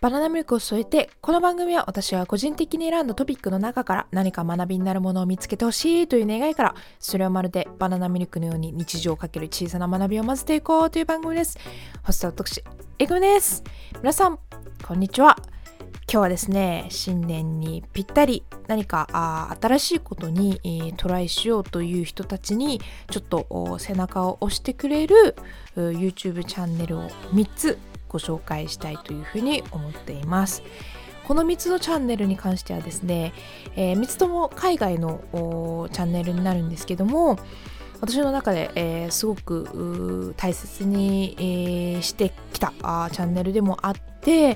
バナナミルクを添えて、この番組は私が個人的に選んだトピックの中から何か学びになるものを見つけてほしいという願いから、それをまるでバナナミルクのように日常をかける小さな学びを混ぜていこうという番組です。ホストは私、えぐみです。皆さん、こんにちは。今日はですね、新年にぴったり何か新しいことに、トライしようという人たちにちょっと背中を押してくれる YouTube チャンネルを3つご紹介したいというふうに思っています。この3つのチャンネルに関してはですね、3つとも海外のチャンネルになるんですけども、私の中で、すごく大切に、してきたチャンネルでもあって、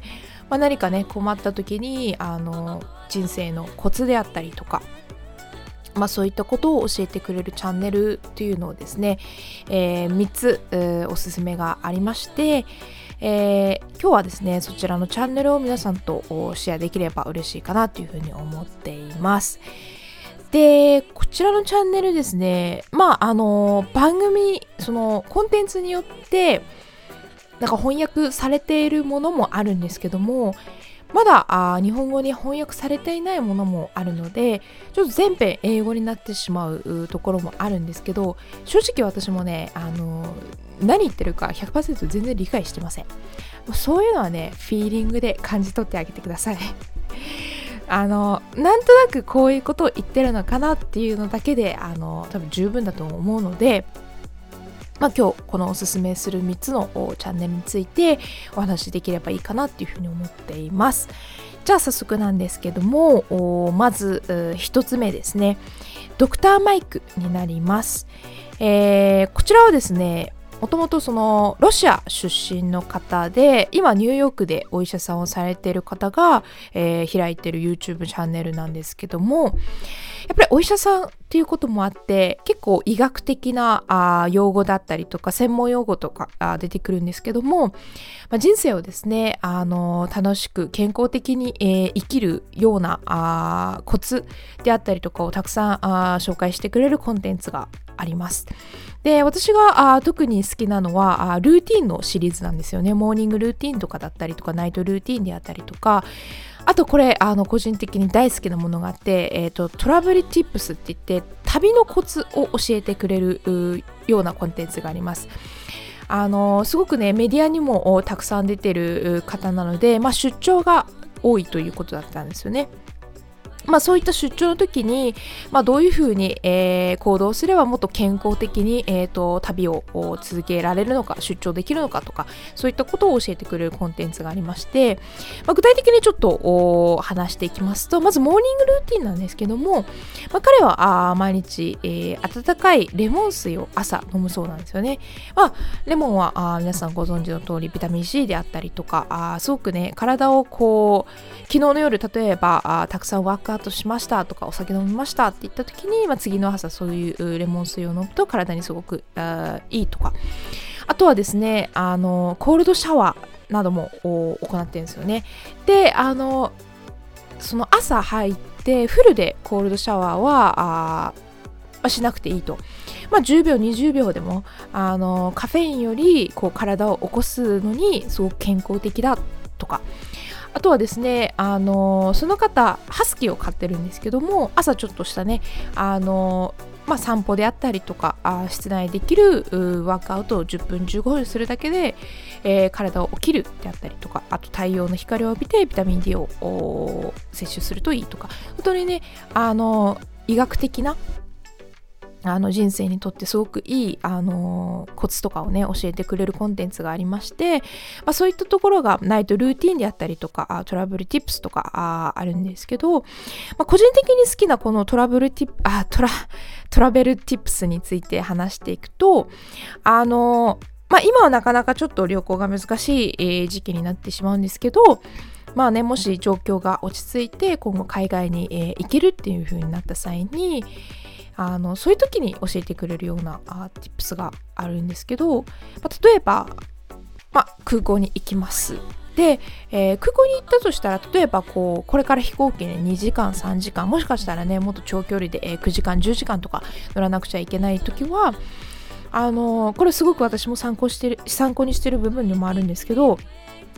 何かね困った時に人生のコツであったりとか、そういったことを教えてくれるチャンネルというのをですね、3つ、おすすめがありまして、今日はですねそちらのチャンネルを皆さんとシェアできれば嬉しいかなというふうに思っています。で、こちらのチャンネルですね、番組そのコンテンツによってなんか翻訳されているものもあるんですけども、まだ日本語に翻訳されていないものもあるので、ちょっと全編英語になってしまうところもあるんですけど、正直私もね何言ってるか 100% 全然理解してません。そういうのはねフィーリングで感じ取ってあげてください。なんとなくこういうことを言ってるのかなっていうのだけで多分十分だと思うので、今日このおすすめする3つのチャンネルについてお話しできればいいかなっていうふうに思っています。じゃあ早速なんですけども、まず1つ目ですね、ドクターマイクになります。こちらはですね、もともとそのロシア出身の方で、今ニューヨークでお医者さんをされている方が、開いている YouTube チャンネルなんですけども、やっぱりお医者さんっていうこともあって結構医学的な用語だったりとか専門用語とか出てくるんですけども、人生をですね楽しく健康的に、生きるようなコツであったりとかをたくさん紹介してくれるコンテンツがあります。で、私が特に好きなのはルーティンのシリーズなんですよね。モーニングルーティンとかだったりとかナイトルーティンであったりとか、あとこれ個人的に大好きなものがあって、トラベルティップスって言って旅のコツを教えてくれるようなコンテンツがあります。すごくねメディアにもたくさん出てる方なので、出張が多いということだったんですよね。そういった出張の時に、どういうふうに、行動すればもっと健康的に、旅を続けられるのか、出張できるのかとか、そういったことを教えてくれるコンテンツがありまして、具体的にちょっと話していきますと、まずモーニングルーティンなんですけども、彼は毎日、温かいレモン水を朝飲むそうなんですよね。レモンは皆さんご存知の通りビタミン C であったりとか、すごくね体を昨日の夜例えばたくさんワークアウトしましたとかお酒飲みましたって言った時に、次の朝そういうレモン水を飲むと体にすごくいいとか、あとはですねコールドシャワーなども行ってるんですよね。でその朝入ってフルでコールドシャワーはしなくていいと、10秒20秒でもカフェインより体を起こすのにすごく健康的だとか、あとはですねその方ハスキーを飼ってるんですけども、朝ちょっとしたね散歩であったりとか室内できるワークアウトを10分15分するだけで、体を起きるであったりとか、あと太陽の光を浴びてビタミン D を摂取するといいとか、本当にね医学的な人生にとってすごくいいコツとかをね教えてくれるコンテンツがありまして、そういったところがナイトルーティンであったりとかトラブルティップスとかあるんですけど、個人的に好きなこのトラベルティップスについて話していくと、今はなかなかちょっと旅行が難しい、時期になってしまうんですけど、もし状況が落ち着いて今後海外に、行けるっていう風になった際にそういう時に教えてくれるようなtips があるんですけど、例えば、空港に行きます。で、空港に行ったとしたら、例えばこれから飛行機で2時間3時間もしかしたらねもっと長距離で、9時間10時間とか乗らなくちゃいけない時はこれすごく私も参考にしてる部分でもあるんですけど、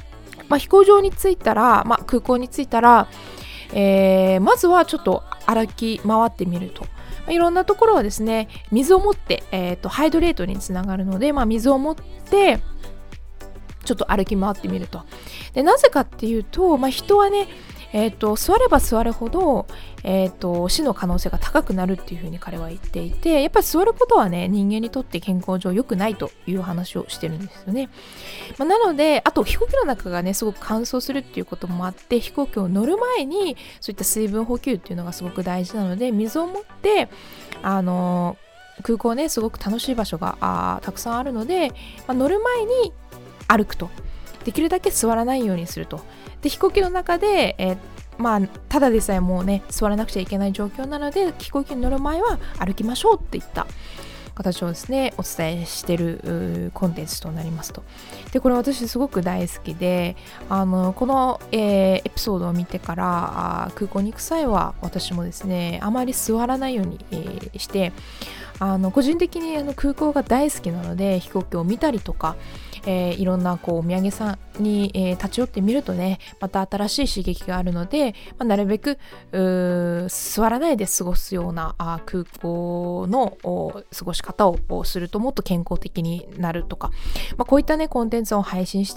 飛行場に着いたら、空港に着いたら、まずはちょっと歩き回ってみると。いろんなところはですね、水を持って、ハイドレートにつながるので、水を持ってちょっと歩き回ってみると。で、なぜかっていうと、人はね、座れば座るほど、死の可能性が高くなるっていうふうに彼は言っていて、やっぱり座ることはね、人間にとって健康上良くないという話をしてるんですよね。なので、あと飛行機の中がね、すごく乾燥するっていうこともあって、飛行機を乗る前にそういった水分補給っていうのがすごく大事なので、水を持って空港ね、すごく楽しい場所がたくさんあるので、乗る前に歩くと。できるだけ座らないようにすると。で、飛行機の中で、ただでさえもうね、座らなくちゃいけない状況なので、飛行機に乗る前は歩きましょうっていった形をですね、お伝えしているコンテンツとなりますと。で、これ私すごく大好きで、この、エピソードを見てから空港に行く際は私もですね、あまり座らないように、して、個人的に空港が大好きなので、飛行機を見たりとか、いろんなお土産屋さんに、立ち寄ってみるとね、また新しい刺激があるので、なるべく座らないで過ごすような空港の過ごし方をするともっと健康的になるとか、こういったねコンテンツを配信して、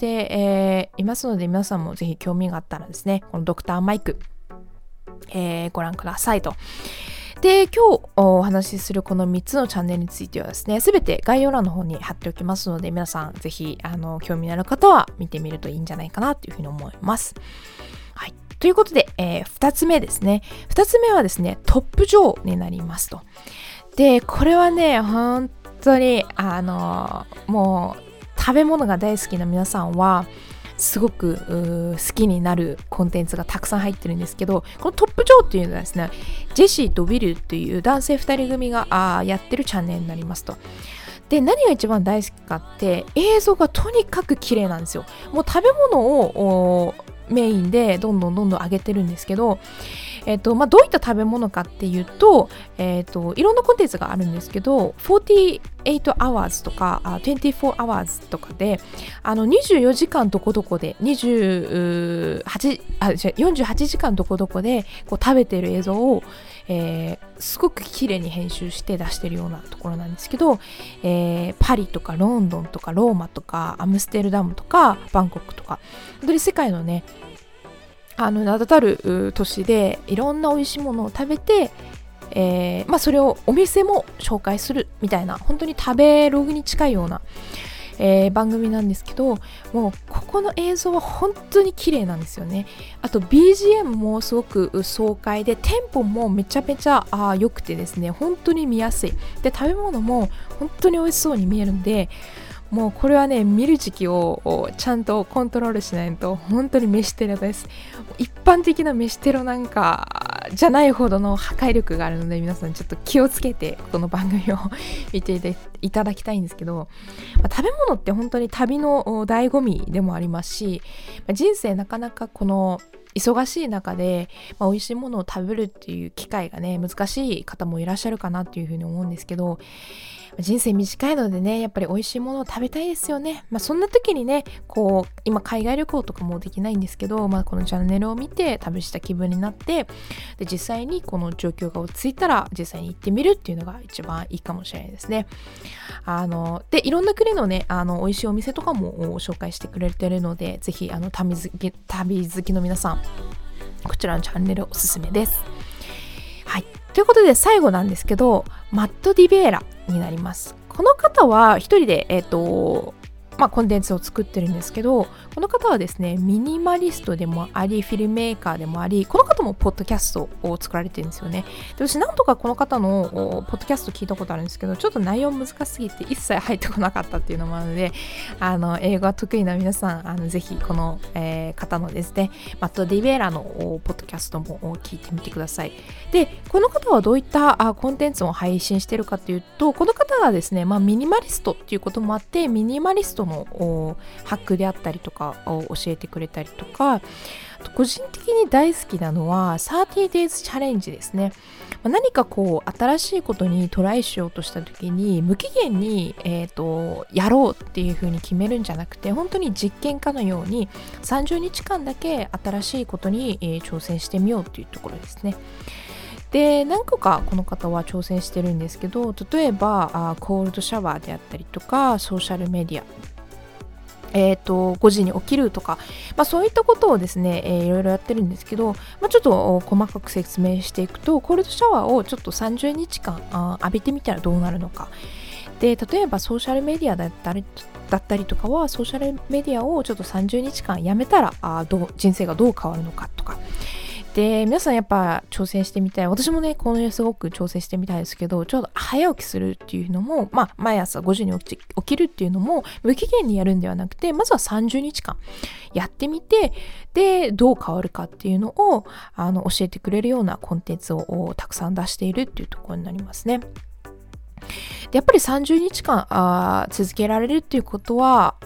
いますので、皆さんもぜひ興味があったらですね、このドクターマイク、ご覧くださいと。で、今日お話しするこの3つのチャンネルについてはですね、すべて概要欄の方に貼っておきますので、皆さんぜひ興味のある方は見てみるといいんじゃないかなというふうに思います。はい。ということで、2つ目ですね。2つ目はですね、トップ上になりますと。で、これはね、本当にもう食べ物が大好きな皆さんはすごく好きになるコンテンツがたくさん入ってるんですけど、このトップ上っていうのはですね、ジェシーとウィルっていう男性2人組がやってるチャンネルになりますと。で、何が一番大好きかって映像がとにかく綺麗なんですよ。もう食べ物をメインでどんどん上げてるんですけど、どういった食べ物かっていうと、いろんなコンテンツがあるんですけど、48 hours とか24 hours とかで24時間どこどこで48時間どこどこで食べてる映像を、すごく綺麗に編集して出してるようなところなんですけど、パリとかロンドンとかローマとかアムステルダムとかバンコクとか、本当に世界のね名だたる都市でいろんな美味しいものを食べて、それをお店も紹介するみたいな、本当に食べログに近いような、番組なんですけど、もうここの映像は本当に綺麗なんですよね。あと BGM もすごく爽快で、テンポもめちゃめちゃ良くてですね、本当に見やすいで、食べ物も本当に美味しそうに見えるんで、もうこれはね、見る時期をちゃんとコントロールしないと本当に飯テロです。一般的な飯テロなんかじゃないほどの破壊力があるので、皆さんちょっと気をつけてこの番組を見ていただきたいんですけど、食べ物って本当に旅の醍醐味でもありますし、人生なかなかこの忙しい中で、美味しいものを食べるっていう機会がね、難しい方もいらっしゃるかなっていうふうに思うんですけど、人生短いのでね、やっぱり美味しいものを食べたいですよね。そんな時にね、今海外旅行とかもできないんですけど、このチャンネルを見て旅した気分になって、で実際にこの状況が落ち着いたら実際に行ってみるっていうのが一番いいかもしれないですね。でいろんな国のね美味しいお店とかも紹介してくれてるので、ぜひ旅好きの皆さん、こちらのチャンネルおすすめです。はい、ということで最後なんですけど、マット・ディベーラになります。この方は一人でコンテンツを作ってるんですけど、この方はですね、ミニマリストでもあり、フィルメーカーでもあり、この方もポッドキャストを作られてるんですよね。で、私何とかこの方のポッドキャスト聞いたことあるんですけど、ちょっと内容難しすぎて一切入ってこなかったっていうのもあるので、英語が得意な皆さん、ぜひこの、方のですね、マット・ディベーラのポッドキャストも聞いてみてください。で、この方はどういったコンテンツを配信してるかというと、この方がですね、ミニマリストっていうこともあって、ミニマリストトのハックであったりとかを教えてくれたりとか、個人的に大好きなのは30 days チャレンジですね。何か新しいことにトライしようとした時に無期限に、やろうっていう風に決めるんじゃなくて、本当に実験家のように30日間だけ新しいことに、挑戦してみようっていうところですね。で、何個かこの方は挑戦してるんですけど、例えばコールドシャワーであったりとかソーシャルメディア、5時に起きるとか、そういったことをですね、いろいろやってるんですけど、ちょっと細かく説明していくと、コールドシャワーをちょっと30日間浴びてみたらどうなるのか。で、例えばソーシャルメディアだったりとかは、ソーシャルメディアをちょっと30日間やめたら人生がどう変わるのかとか。で、皆さんやっぱ挑戦してみたい。私もね、このすごく挑戦してみたいですけど、ちょうど早起きするっていうのも、毎朝5時に起きるっていうのも、無期限にやるんではなくて、まずは30日間やってみて、で、どう変わるかっていうのを、教えてくれるようなコンテンツをたくさん出しているっていうところになりますね。でやっぱり30日間続けられるっていうことは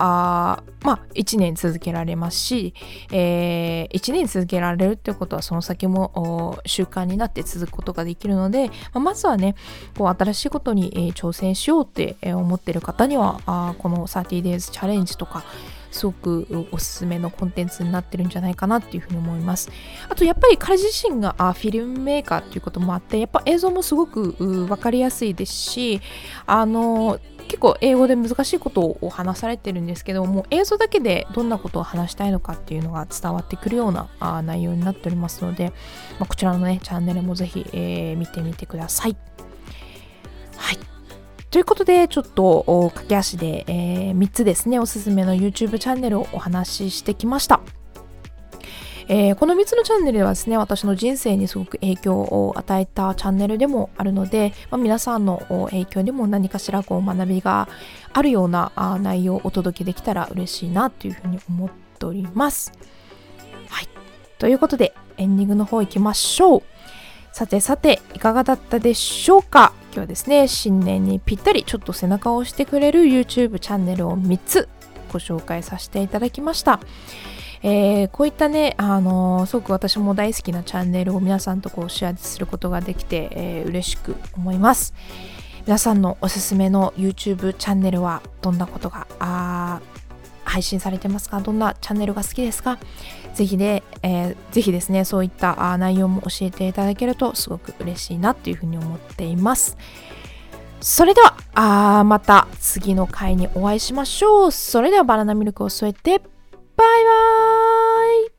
1年続けられますし、1年続けられるっていうことはその先も習慣になって続くことができるので、まずはね新しいことに、挑戦しようって思ってる方にはこの30 days チャレンジとかすごくおすすめのコンテンツになってるんじゃないかなっていうふうに思います。あとやっぱり彼自身がフィルムメーカーっていうこともあって、やっぱ映像もすごく分かりやすいですし、結構英語で難しいことを話されてるんですけども、映像だけでどんなことを話したいのかっていうのが伝わってくるような内容になっておりますので、こちらのねチャンネルもぜひ、見てみてください。はい、ということでちょっと駆け足で、3つですねおすすめの YouTube チャンネルをお話ししてきました。この3つのチャンネルではですね、私の人生にすごく影響を与えたチャンネルでもあるので、皆さんの影響にも何かしら学びがあるような内容をお届けできたら嬉しいなというふうに思っております。はい。ということで、エンディングの方行きましょう。さて、いかがだったでしょうか。今日はですね、新年にぴったりちょっと背中を押してくれる YouTube チャンネルを3つご紹介させていただきました。こういったね、すごく私も大好きなチャンネルを皆さんとシェアすることができて、嬉しく思います。皆さんのおすすめの YouTube チャンネルはどんなことが配信されてますか？どんなチャンネルが好きですか？ぜひですね、そういった内容も教えていただけるとすごく嬉しいなというふうに思っています。それではまた次の回にお会いしましょう。それではバナナミルクを添えてバイバーイ。